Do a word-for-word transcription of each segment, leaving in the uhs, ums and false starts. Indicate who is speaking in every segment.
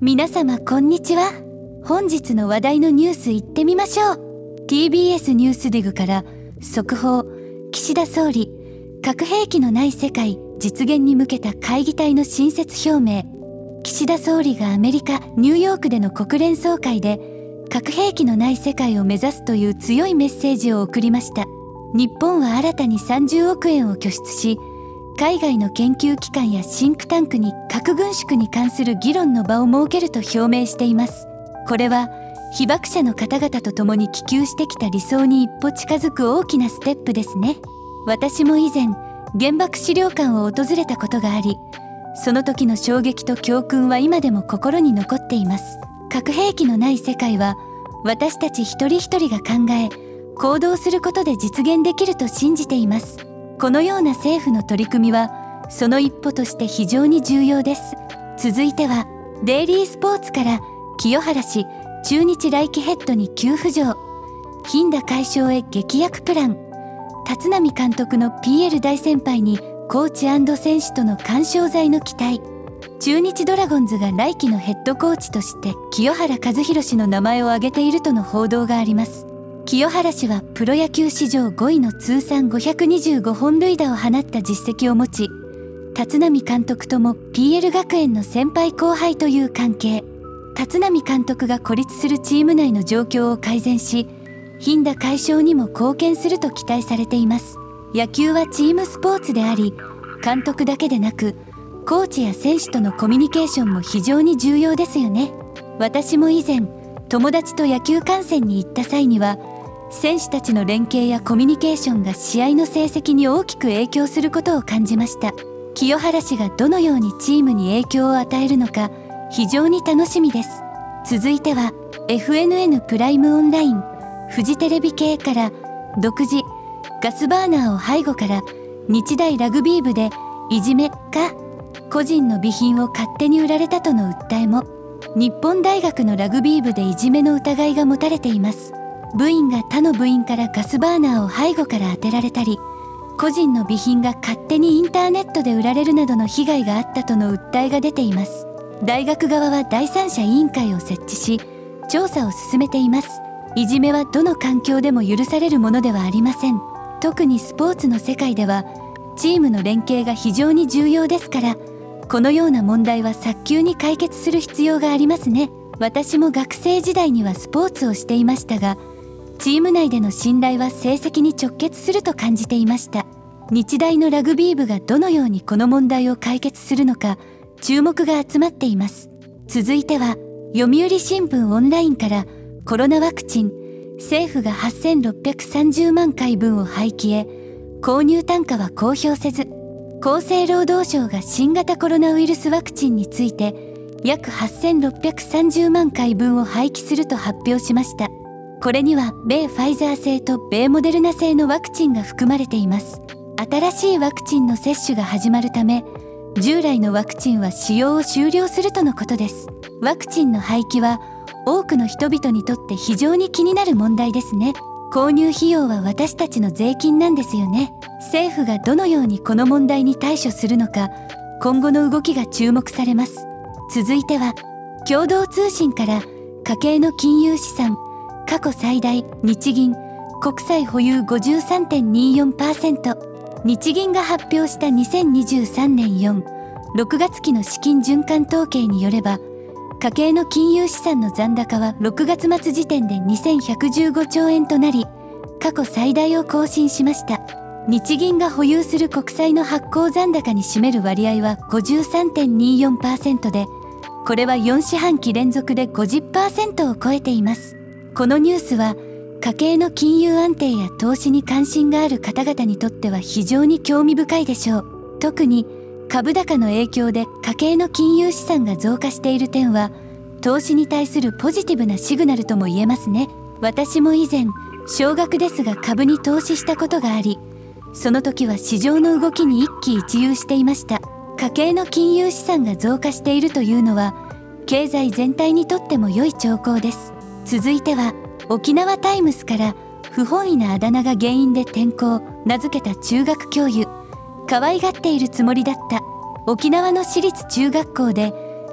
Speaker 1: 皆様こんにちは。本日の話題のニュースいってみましょう。 ティービーエス ニュースディグから速報。岸田総理、核兵器のない世界実現に向けた会議体の新設表明。岸田総理がアメリカ・ニューヨークでの国連総会で核兵器のない世界を目指すという強いメッセージを送りました。日本は新たにさんじゅうおくえんを拠出し、海外の研究機関やシンクタンクに核軍縮に関する議論の場を設けると表明しています。これは被爆者の方々と共に希求してきた理想に一歩近づく大きなステップですね。私も以前原爆資料館を訪れたことがあり、その時の衝撃と教訓は今でも心に残っています。核兵器のない世界は私たち一人一人が考え行動することで実現できると信じています。このような政府の取り組みはその一歩として非常に重要です。続いてはデイリースポーツから清原氏、中日来季ヘッドに急浮上。頻打解消へ劇薬プラン。立浪監督の ピーエル 大先輩にコーチ&選手との緩衝材の期待。中日ドラゴンズが来季のヘッドコーチとして清原和博氏の名前を挙げているとの報道があります。清原氏はプロ野球史上ごいの通算ごひゃくにじゅうごほん塁打を放った実績を持ち、立浪監督とも ピーエル 学園の先輩後輩という関係。立浪監督が孤立するチーム内の状況を改善し、頻打解消にも貢献すると期待されています。野球はチームスポーツであり、監督だけでなくコーチや選手とのコミュニケーションも非常に重要ですよね。私も以前友達と野球観戦に行った際には、選手たちの連携やコミュニケーションが試合の成績に大きく影響することを感じました。清原氏がどのようにチームに影響を与えるのか非常に楽しみです。続いては エフエヌエヌ プライムオンライン、フジテレビ系から独自ガスバーナーを背後から日大ラグビー部でいじめか個人の備品を勝手に売られたとの訴えも。日本大学のラグビー部でいじめの疑いが持たれています。部員が他の部員からガスバーナーを背後から当てられたり、個人の備品が勝手にインターネットで売られるなどの被害があったとの訴えが出ています。大学側は第三者委員会を設置し調査を進めています。いじめはどの環境でも許されるものではありません。特にスポーツの世界ではチームの連携が非常に重要ですから、このような問題は早急に解決する必要がありますね。私も学生時代にはスポーツをしていましたが、チーム内での信頼は成績に直結すると感じていました。日大のラグビー部がどのようにこの問題を解決するのか注目が集まっています。続いては読売新聞オンラインからコロナワクチン、政府がはっせんろっぴゃくさんじゅうまんかいぶんを廃棄へ、購入単価は公表せず。厚生労働省が新型コロナウイルスワクチンについて約はっせんろっぴゃくさんじゅうまんかいぶんを廃棄すると発表しました。これには米ファイザー製と米モデルナ製のワクチンが含まれています。新しいワクチンの接種が始まるため、従来のワクチンは使用を終了するとのことです。ワクチンの廃棄は多くの人々にとって非常に気になる問題ですね。購入費用は私たちの税金なんですよね。政府がどのようにこの問題に対処するのか、今後の動きが注目されます。続いては共同通信から家計の金融資産過去最大、日銀国債保有 ごじゅうさんてんにじゅうよんパーセント。 日銀が発表したにせんにじゅうさんねんよん、ろくがつ期の資金循環統計によれば、家計の金融資産の残高はろくがつ末時点でにせんひゃくじゅうごちょうえんとなり、過去最大を更新しました。日銀が保有する国債の発行残高に占める割合は ごじゅうさんてんにじゅうよんパーセント で、これはよんしはんき連続で ごじゅっパーセント を超えています。このニュースは家計の金融安定や投資に関心がある方々にとっては非常に興味深いでしょう。特に株高の影響で家計の金融資産が増加している点は、投資に対するポジティブなシグナルとも言えますね。私も以前少額ですが株に投資したことがあり、その時は市場の動きに一喜一憂していました。家計の金融資産が増加しているというのは経済全体にとっても良い兆候です。続いては沖縄タイムスから不本意なあだ名が原因で転校、名付けた中学教諭。可愛がっているつもりだった。沖縄の私立中学校で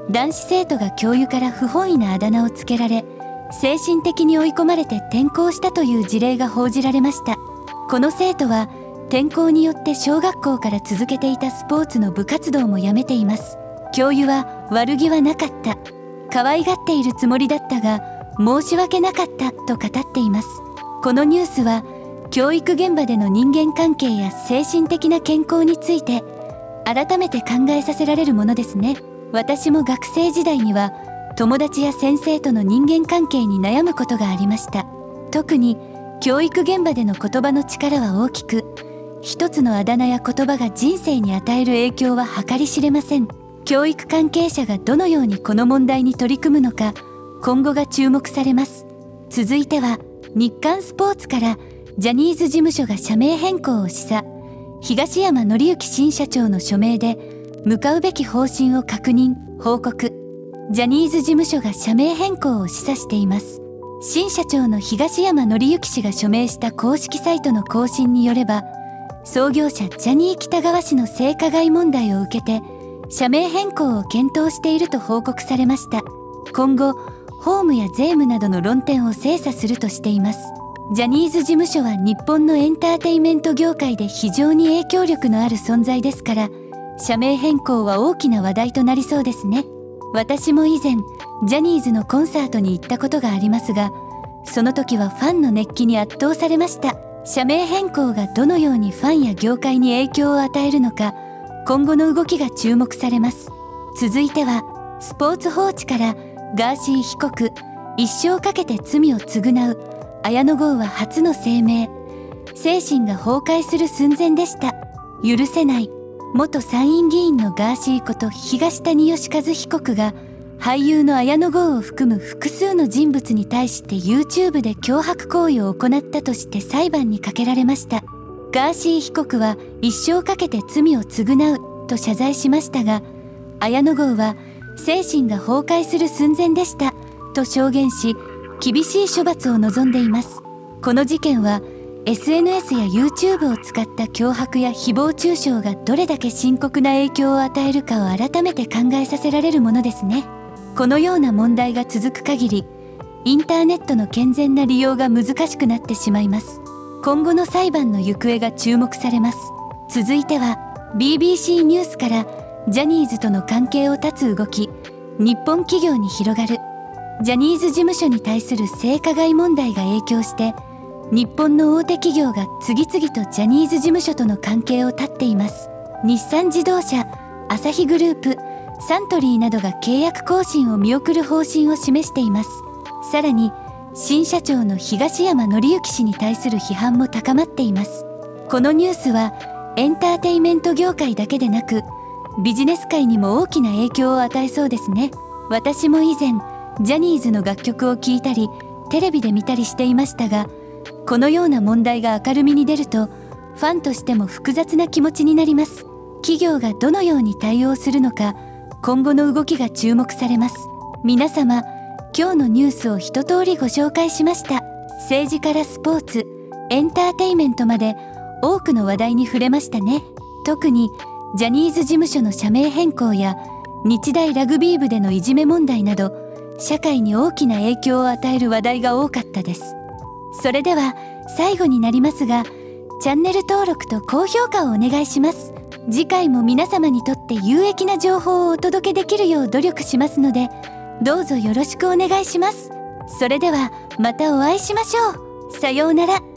Speaker 1: 男子生徒が教諭から不本意なあだ名をつけられ、精神的に追い込まれて転校したという事例が報じられました。この生徒は転校によって小学校から続けていたスポーツの部活動もやめています。教諭は悪気はなかった、可愛がっているつもりだったが申し訳なかったと語っています。このニュースは教育現場での人間関係や精神的な健康について改めて考えさせられるものですね。私も学生時代には友達や先生との人間関係に悩むことがありました。特に教育現場での言葉の力は大きく、一つのあだ名や言葉が人生に与える影響は計り知れません。教育関係者がどのようにこの問題に取り組むのか、今後が注目されます。続いては日刊スポーツからジャニーズ事務所が社名変更を示唆、東山紀之新社長の署名で向かうべき方針を確認報告。ジャニーズ事務所が社名変更を示唆しています。新社長の東山紀之氏が署名した公式サイトの更新によれば、創業者ジャニー喜多川氏の性加害問題を受けて社名変更を検討していると報告されました。今後法務や税務などの論点を精査するとしています。ジャニーズ事務所は日本のエンターテインメント業界で非常に影響力のある存在ですから、社名変更は大きな話題となりそうですね。私も以前ジャニーズのコンサートに行ったことがありますが、その時はファンの熱気に圧倒されました。社名変更がどのようにファンや業界に影響を与えるのか、今後の動きが注目されます。続いてはスポーツ報知からガーシー被告一生かけて罪を償う、綾野剛は初の声明、精神が崩壊する寸前でした、許せない。元参院議員のガーシーこと東谷義和被告が俳優の綾野剛を含む複数の人物に対して YouTube で脅迫行為を行ったとして裁判にかけられました。ガーシー被告は一生かけて罪を償うと謝罪しましたが、綾野剛は精神が崩壊する寸前でしたと証言し、厳しい処罰を望んでいます。この事件は エスエヌエス や YouTube を使った脅迫や誹謗中傷がどれだけ深刻な影響を与えるかを改めて考えさせられるものですね。このような問題が続く限り、インターネットの健全な利用が難しくなってしまいます。今後の裁判の行方が注目されます。続いては ビービーシー ニュースからジャニーズとの関係を断つ動き、日本企業に広がる。ジャニーズ事務所に対する性加害問題が影響して、日本の大手企業が次々とジャニーズ事務所との関係を断っています。日産自動車、アサヒグループ、サントリーなどが契約更新を見送る方針を示しています。さらに新社長の東山紀之氏に対する批判も高まっています。このニュースはエンターテインメント業界だけでなく、ビジネス界にも大きな影響を与えそうですね。私も以前ジャニーズの楽曲を聴いたりテレビで見たりしていましたが、このような問題が明るみに出るとファンとしても複雑な気持ちになります。企業がどのように対応するのか、今後の動きが注目されます。皆様、今日のニュースを一通りご紹介しました。政治からスポーツ、エンターテインメントまで多くの話題に触れましたね。特にジャニーズ事務所の社名変更や日大ラグビー部でのいじめ問題など、社会に大きな影響を与える話題が多かったです。それでは最後になりますが、チャンネル登録と高評価をお願いします。次回も皆様にとって有益な情報をお届けできるよう努力しますので、どうぞよろしくお願いします。それではまたお会いしましょう。さようなら。